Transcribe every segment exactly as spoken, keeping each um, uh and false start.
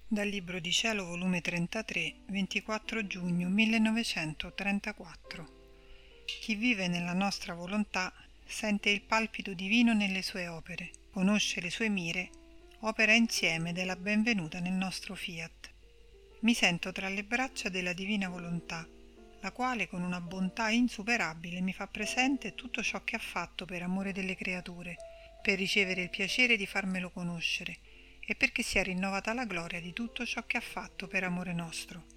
Dal Libro di Cielo, volume trentatré, ventiquattro giugno millenovecentotrentaquattro. Chi vive nella nostra volontà sente il palpito divino nelle sue opere, conosce le sue mire, opera insieme della benvenuta nel nostro fiat. Mi sento tra le braccia della divina volontà, la quale con una bontà insuperabile mi fa presente tutto ciò che ha fatto per amore delle creature, per ricevere il piacere di farmelo conoscere, e perché sia rinnovata la gloria di tutto ciò che ha fatto per amore nostro.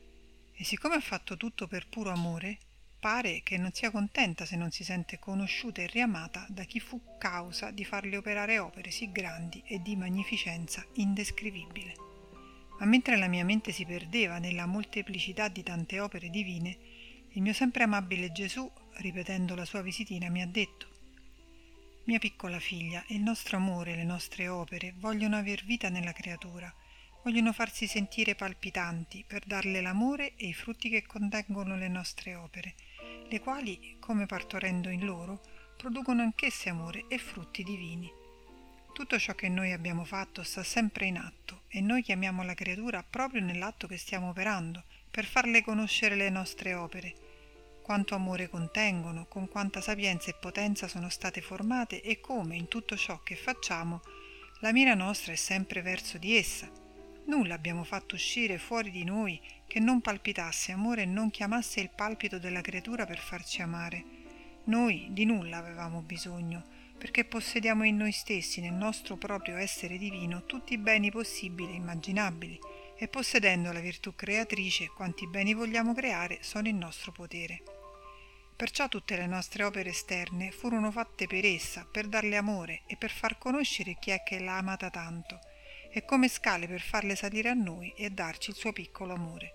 E siccome ha fatto tutto per puro amore, pare che non sia contenta se non si sente conosciuta e riamata da chi fu causa di farle operare opere sì grandi e di magnificenza indescrivibile. Ma mentre la mia mente si perdeva nella molteplicità di tante opere divine, il mio sempre amabile Gesù, ripetendo la sua visitina, mi ha detto: «Mia piccola figlia, il nostro amore e le nostre opere vogliono aver vita nella creatura, vogliono farsi sentire palpitanti per darle l'amore e i frutti che contengono le nostre opere, le quali, come partorendo in loro, producono anch'esse amore e frutti divini. Tutto ciò che noi abbiamo fatto sta sempre in atto e noi chiamiamo la creatura proprio nell'atto che stiamo operando per farle conoscere le nostre opere, quanto amore contengono, con quanta sapienza e potenza sono state formate e come in tutto ciò che facciamo la mira nostra è sempre verso di essa. Nulla abbiamo fatto uscire fuori di noi che non palpitasse amore e non chiamasse il palpito della creatura per farci amare. Noi di nulla avevamo bisogno, perché possediamo in noi stessi, nel nostro proprio essere divino, tutti i beni possibili e immaginabili, e possedendo la virtù creatrice, quanti beni vogliamo creare sono in nostro potere. Perciò tutte le nostre opere esterne furono fatte per essa, per darle amore e per far conoscere chi è che l'ha amata tanto, e come scale per farle salire a noi e darci il suo piccolo amore.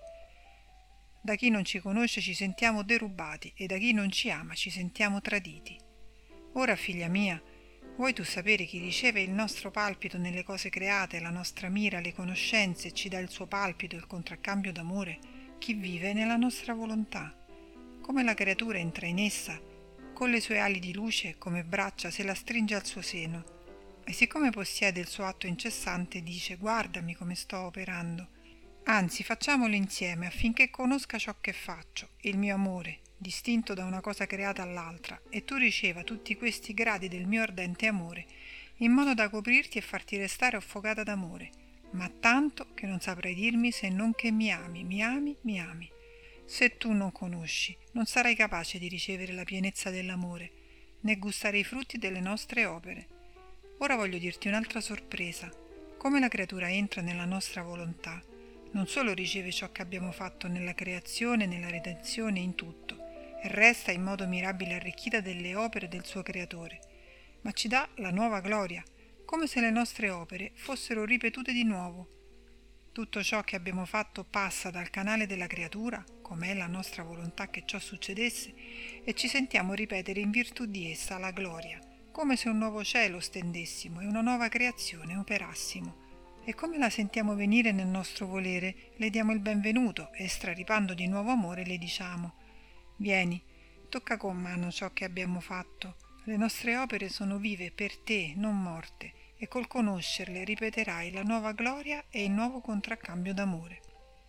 Da chi non ci conosce ci sentiamo derubati e da chi non ci ama ci sentiamo traditi. Ora, figlia mia, vuoi tu sapere chi riceve il nostro palpito nelle cose create, la nostra mira, le conoscenze e ci dà il suo palpito, il contraccambio d'amore? Chi vive nella nostra volontà. Come la creatura entra in essa, con le sue ali di luce, come braccia, se la stringe al suo seno, e siccome possiede il suo atto incessante, dice: guardami come sto operando. Anzi, facciamolo insieme affinché conosca ciò che faccio, il mio amore, distinto da una cosa creata all'altra, e tu riceva tutti questi gradi del mio ardente amore, in modo da coprirti e farti restare affogata d'amore, ma tanto che non saprai dirmi se non che mi ami, mi ami, mi ami. Se tu non conosci, non sarai capace di ricevere la pienezza dell'amore, né gustare i frutti delle nostre opere. Ora voglio dirti un'altra sorpresa. Come la creatura entra nella nostra volontà, non solo riceve ciò che abbiamo fatto nella creazione, nella redenzione, in tutto, e resta in modo mirabile arricchita delle opere del suo creatore, ma ci dà la nuova gloria, come se le nostre opere fossero ripetute di nuovo. Tutto ciò che abbiamo fatto passa dal canale della creatura, come è la nostra volontà che ciò succedesse, e ci sentiamo ripetere in virtù di essa la gloria, come se un nuovo cielo stendessimo e una nuova creazione operassimo. E come la sentiamo venire nel nostro volere, le diamo il benvenuto e, straripando di nuovo amore, le diciamo: vieni, tocca con mano ciò che abbiamo fatto. Le nostre opere sono vive per te, non morte, e col conoscerle ripeterai la nuova gloria e il nuovo contraccambio d'amore.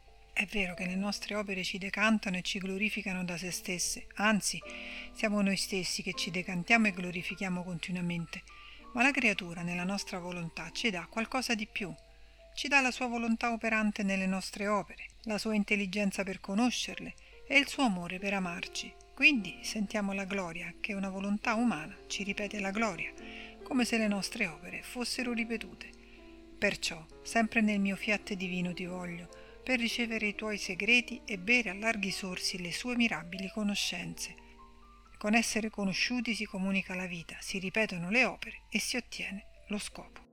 È vero che le nostre opere ci decantano e ci glorificano da se stesse, anzi, siamo noi stessi che ci decantiamo e glorifichiamo continuamente, ma la creatura nella nostra volontà ci dà qualcosa di più. Ci dà la sua volontà operante nelle nostre opere, la sua intelligenza per conoscerle e il suo amore per amarci. Quindi sentiamo la gloria, che una volontà umana ci ripete la gloria, come se le nostre opere fossero ripetute. Perciò, sempre nel mio fiat divino ti voglio, per ricevere i tuoi segreti e bere a larghi sorsi le sue mirabili conoscenze. Con essere conosciuti si comunica la vita, si ripetono le opere e si ottiene lo scopo.